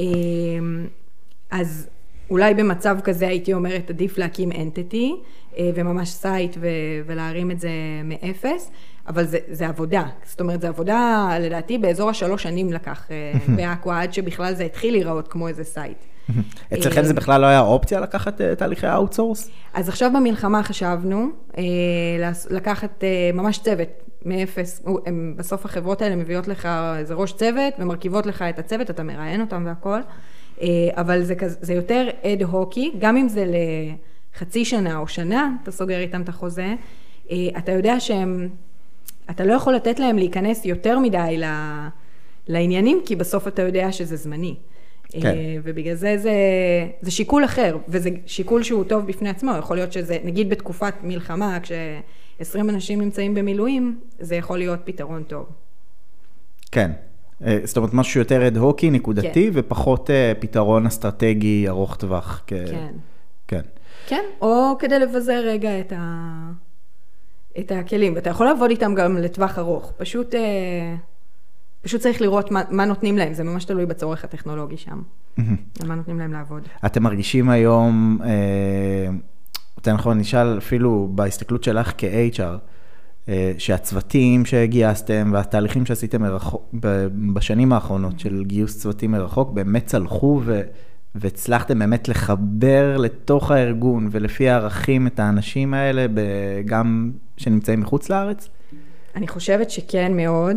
אז אולי במצב כזה הייתי אומרת, עדיף להקים אנטיטי, וממש סייט ולהרים את זה מאפס, אבל זה, זה עבודה. זאת אומרת, זה עבודה, לדעתי, באזור השלוש שנים לקח באקווה, עד שבכלל זה התחיל להיראות כמו איזה סייט. אצלכם זה בכלל לא היה אופציה לקחת תהליכי האוטסורס? אז עכשיו במלחמה חשבנו לקחת ממש צוות מאפס, בסוף החברות האלה מביאות לך איזה ראש צוות, ומרכיבות לך את הצוות, אתה מראיין אותם והכל, אבל זה, זה יותר אד הוקי, גם אם זה לחצי שנה או שנה, אתה סוגר איתם את החוזה, אתה יודע שהם, אתה לא יכול לתת להם להיכנס יותר מדי לעניינים, כי בסוף אתה יודע שזה זמני. כן. ובגלל זה, זה זה שיקול אחר, וזה שיקול שהוא טוב בפני עצמו. יכול להיות שזה, נגיד בתקופת מלחמה, כש-עשרים אנשים נמצאים במילואים, זה יכול להיות פתרון טוב. כן. זאת אומרת, משהו יותר אד-הוקי, נקודתי, כן. ופחות פתרון אסטרטגי ארוך טווח. כ... כן. כן. כן, או כדי לבזר רגע את, ה... את הכלים. ואתה יכול לעבוד איתם גם לטווח ארוך. פשוט... פשוט צריך לראות מה, מה נותנים להם, זה ממש תלוי בצורך הטכנולוגי שם. מה נותנים להם לעבוד. אתם מרגישים היום, אתם נכון, נשאל אפילו בהסתכלות שלך כ-אייץ' אר, שהצוותים שגייסתם והתהליכים שעשיתם מרחוק, בשנים האחרונות של גיוס צוותים מרחוק, באמת צלחו ו, והצלחתם באמת לחבר לתוך הארגון ולפי הערכים את האנשים האלה, גם שנמצאים מחוץ לארץ? אני חושבת שכן מאוד.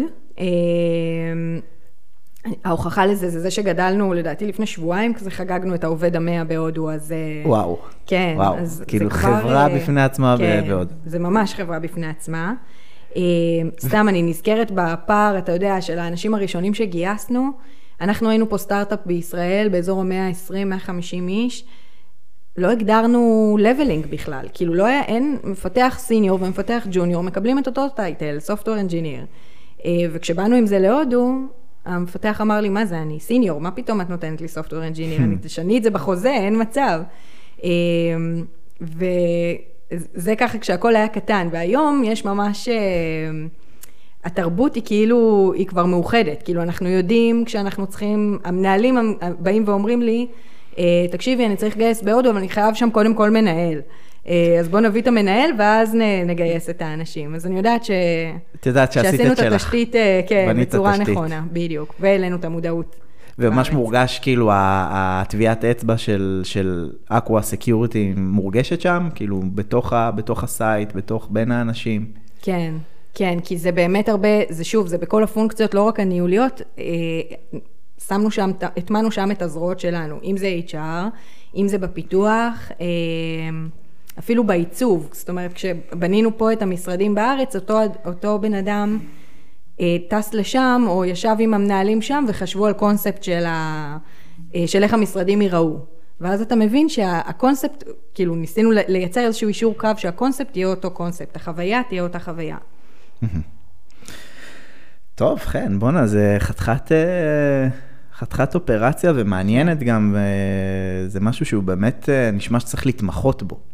ההוכחה לזה זה זה שגדלנו, לדעתי לפני שבועיים, כזה חגגנו את העובד המאה בהודו, אז... וואו, כן, וואו, אז כאילו זה כבר... חברה בפני עצמה כן, בהודו. זה ממש חברה בפני עצמה. סתם, אני נזכרת בפער, אתה יודע, של האנשים הראשונים שגייסנו, אנחנו היינו פה סטארט-אפ בישראל, באזור ה-מאה ועשרים מאה וחמישים איש, לא הגדרנו לבלינג בכלל, כאילו לא היה, אין מפתח סיניור ומפתח ג'וניור, מקבלים את אותו טייטל, Software Engineer. וכשבאנו עם זה להודו, המפתח אמר לי, מה זה, אני סיניור, מה פתאום את נותנת לי Software Engineer? אני תשני את זה בחוזה, אין מצב. וזה ככה כשהכל היה קטן, והיום יש ממש, התרבות היא כאילו, היא כבר מאוחדת, כאילו אנחנו יודעים כשאנחנו צריכים, המנהלים באים ואומרים לי, תקשיבי, אני צריך לגייס בהודו, אבל אני חייב שם קודם כל מנהל. אז בוא נביא את המנהל, ואז נגייס את האנשים. אז אני יודעת ש... את יודעת שעשית את שלך. שעשינו את התשתית, כן, בצורה נכונה, בדיוק. והעלינו את המודעות. וממש מורגש, כאילו, התביעת אצבע של אקווה סקיוריטי מורגשת שם, כאילו, בתוך הסייט, בתוך בין האנשים. כן, כן, כי זה באמת הרבה, זה שוב, זה בכל הפונקציות, לא רק הניהוליות, שמנו שם, התמנו שם את הזרועות שלנו, אם זה אייץ' אר, אם זה בפיתוח, אפילו בעיצוב, זאת אומרת, כשבנינו פה את המשרדים בארץ, אותו, אותו בן אדם טס לשם, או ישב עם המנהלים שם, וחשבו על קונספט של, ה, של איך המשרדים ייראו. ואז אתה מבין שהקונספט, כאילו ניסינו לייצר איזשהו אישור קו, שהקונספט יהיה אותו קונספט, החוויה תהיה אותה חוויה. טוב, כן, בונה, זה חתיכת, חתיכת אופרציה ומעניינת גם, וזה משהו שהוא באמת נשמע שצריך להתמחות בו.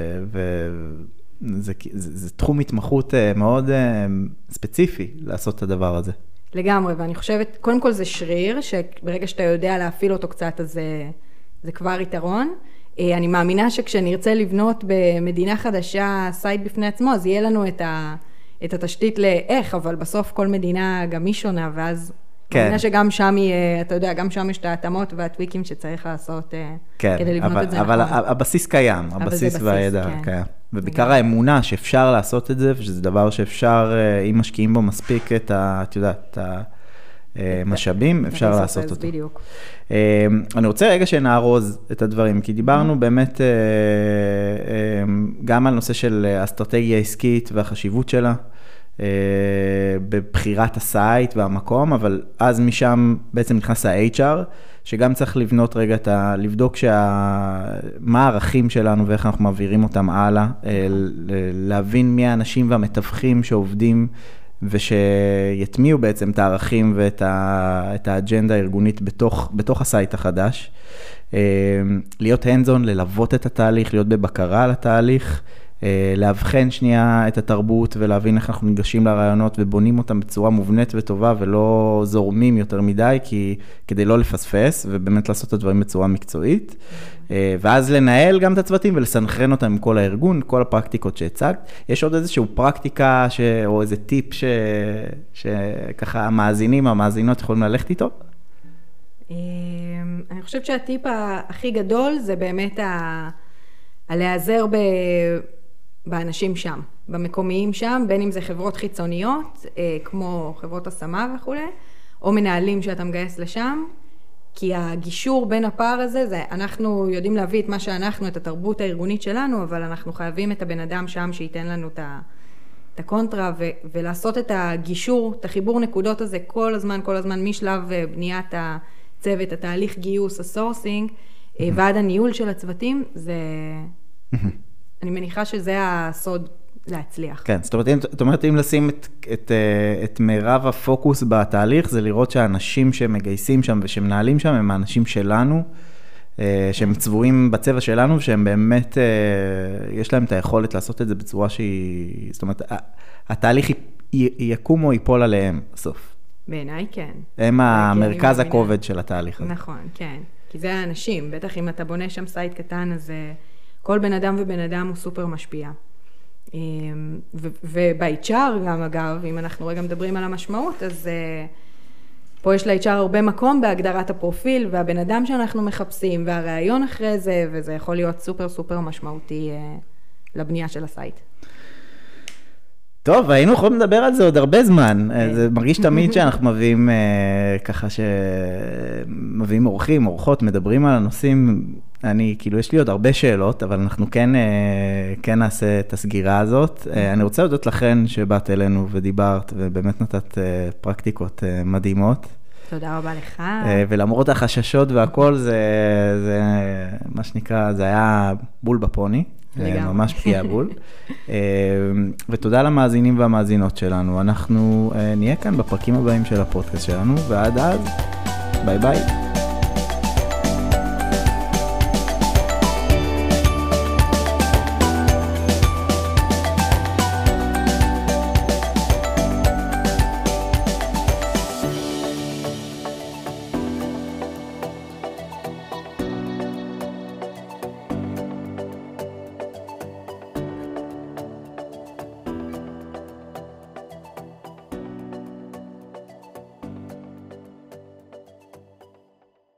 וזה זה, זה תחום התמחות מאוד ספציפי לעשות את הדבר הזה. לגמרי, ואני חושבת, קודם כל זה שריר, שברגע שאתה יודע להפעיל אותו קצת, אז זה, זה כבר יתרון. אני מאמינה שכשנרצה לבנות במדינה חדשה סייט בפני עצמו, אז יהיה לנו את, ה, את התשתית לאיך, אבל בסוף כל מדינה גם היא שונה, ואז כן. מאמינה שגם שם יהיה, אתה יודע, גם שם יש את ההתאמות והטוויקים שצריך לעשות כן, כדי לבנות אבל, את זה אבל נכון. אבל הבסיס קיים, הבסיס והידע כן. קיים. ובעיקר האמונה שאפשר לעשות את זה, ושזה דבר שאפשר, אם משקיעים בו מספיק את ה, את יודעת, את המשאבים, אפשר לעשות אותו. בדיוק. אני רוצה רגע שנארוז את הדברים, כי דיברנו באמת גם על נושא של אסטרטגיה עסקית והחשיבות שלה, בבחירת הסייט והמקום, אבל אז משם בעצם נכנס ה-אייץ' אר, שגם צריך לבנות רגע, לבדוק מה הערכים שלנו ואיך אנחנו מעבירים אותם הלאה, להבין מי האנשים והמתווכים שעובדים ושיתמיעו בעצם את הערכים ואת האג'נדה הארגונית בתוך, בתוך הסייט החדש. להיות hands-on, ללוות את התהליך, להיות בבקרה על התהליך, להבחן שנייה את התרבות ולהבין איך אנחנו ניגשים לרעיונות ובונים אותם בצורה מובנית וטובה ולא זורמים יותר מדי, כי, כדי לא לפספס ובאמת לעשות את הדברים בצורה מקצועית. ואז לנהל גם את הצוותים ולסנכרן אותם עם כל הארגון, כל הפרקטיקות שהצגת. יש עוד איזושהי פרקטיקה ש... או איזה טיפ ש... שככה המאזינים, המאזינות יכולים ללכת איתו? אני חושבת שהטיפ הכי גדול זה באמת ה... הלהיעזר ב... באנשים שם, במקומיים שם, בין אם זה חברות חיצוניות, כמו חברות השמה וכו', או מנהלים שאתה מגייס לשם, כי הגישור בין הפער הזה, זה אנחנו יודעים להביא את מה שאנחנו, את התרבות הארגונית שלנו, אבל אנחנו חייבים את הבן אדם שם שייתן לנו את את הקונטרה, ו- ולעשות את הגישור, את החיבור נקודות הזה כל הזמן, כל הזמן, משלב בניית הצוות, התהליך גיוס, הסורסינג, mm-hmm. ועד הניהול של הצוותים, זה... Mm-hmm. אני מניחה שזה הסוד להצליח. כן, זאת אומרת, זאת אומרת, אם לשים את, את, את מירב הפוקוס בתהליך, זה לראות שהאנשים שמגייסים שם ושמנהלים שם, הם האנשים שלנו, שהם צבועים בצבע שלנו, שהם באמת, יש להם את היכולת לעשות את זה בצורה שהיא, זאת אומרת, התהליך יקום או ייפול עליהם בסוף. בעיניי כן. הם המרכז הכובד של התהליך הזה. נכון, כן. כי זה האנשים, בטח אם אתה בונה שם סייט קטן, אז כל בן אדם ובן אדם הוא סופר משפיע. וב-אייץ' אר גם אגב, אם אנחנו רגע מדברים על המשמעות, אז פה יש ל-אייץ' אר הרבה מקום בהגדרת הפרופיל, והבן אדם שאנחנו מחפשים, והרעיון אחרי זה, וזה יכול להיות סופר סופר משמעותי לבנייה של הסייט. טוב, היינו יכולים לדבר על זה עוד הרבה זמן. זה מרגיש תמיד שאנחנו מביאים ככה שמביאים אורחים, אורחות, מדברים על הנושאים. אני, כאילו, יש לי עוד הרבה שאלות, אבל אנחנו כן, כן נעשה את הסגירה הזאת. אני רוצה להודות לכן שבאת אלינו ודיברת, ובאמת נתת פרקטיקות מדהימות. תודה רבה לך. ולמרות החששות והכל, זה, זה מה שנקרא, זה היה בול בפוני. ממש פגיעה בול. ותודה למאזינים והמאזינות שלנו. אנחנו נהיה כאן בפרקים הבאים של הפודקאסט שלנו, ועד אז, ביי ביי.